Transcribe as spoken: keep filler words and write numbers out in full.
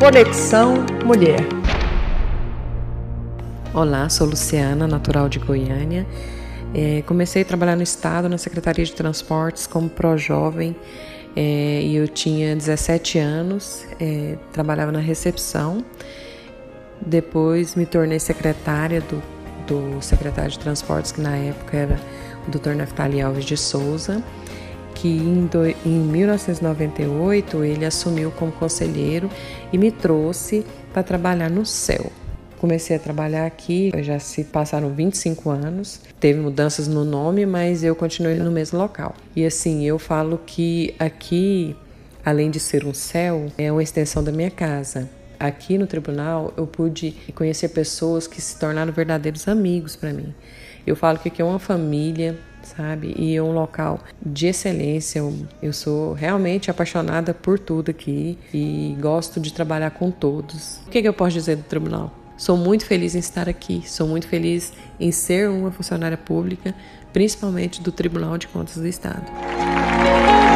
Conexão Mulher. Olá, sou Luciana, natural de Goiânia. É, comecei a trabalhar no Estado, na Secretaria de Transportes, como pró-jovem, é, e eu tinha dezessete anos, é, trabalhava na recepção. Depois me tornei secretária do, do secretário de Transportes, que na época era o doutor Naftali Alves de Souza, que em, do, em mil novecentos e noventa e oito ele assumiu como conselheiro e me trouxe para trabalhar no C E L. Comecei a trabalhar aqui, já se passaram vinte e cinco anos, teve mudanças no nome, mas eu continuei no mesmo local. E assim, eu falo que aqui, além de ser um C E L, é uma extensão da minha casa. Aqui no tribunal eu pude conhecer pessoas que se tornaram verdadeiros amigos para mim. Eu falo que aqui é uma família, sabe? E é um local de excelência. Eu, eu sou realmente apaixonada por tudo aqui e gosto de trabalhar com todos. O que, que eu posso dizer do tribunal? Sou muito feliz em estar aqui, sou muito feliz em ser uma funcionária pública, principalmente do Tribunal de Contas do Estado.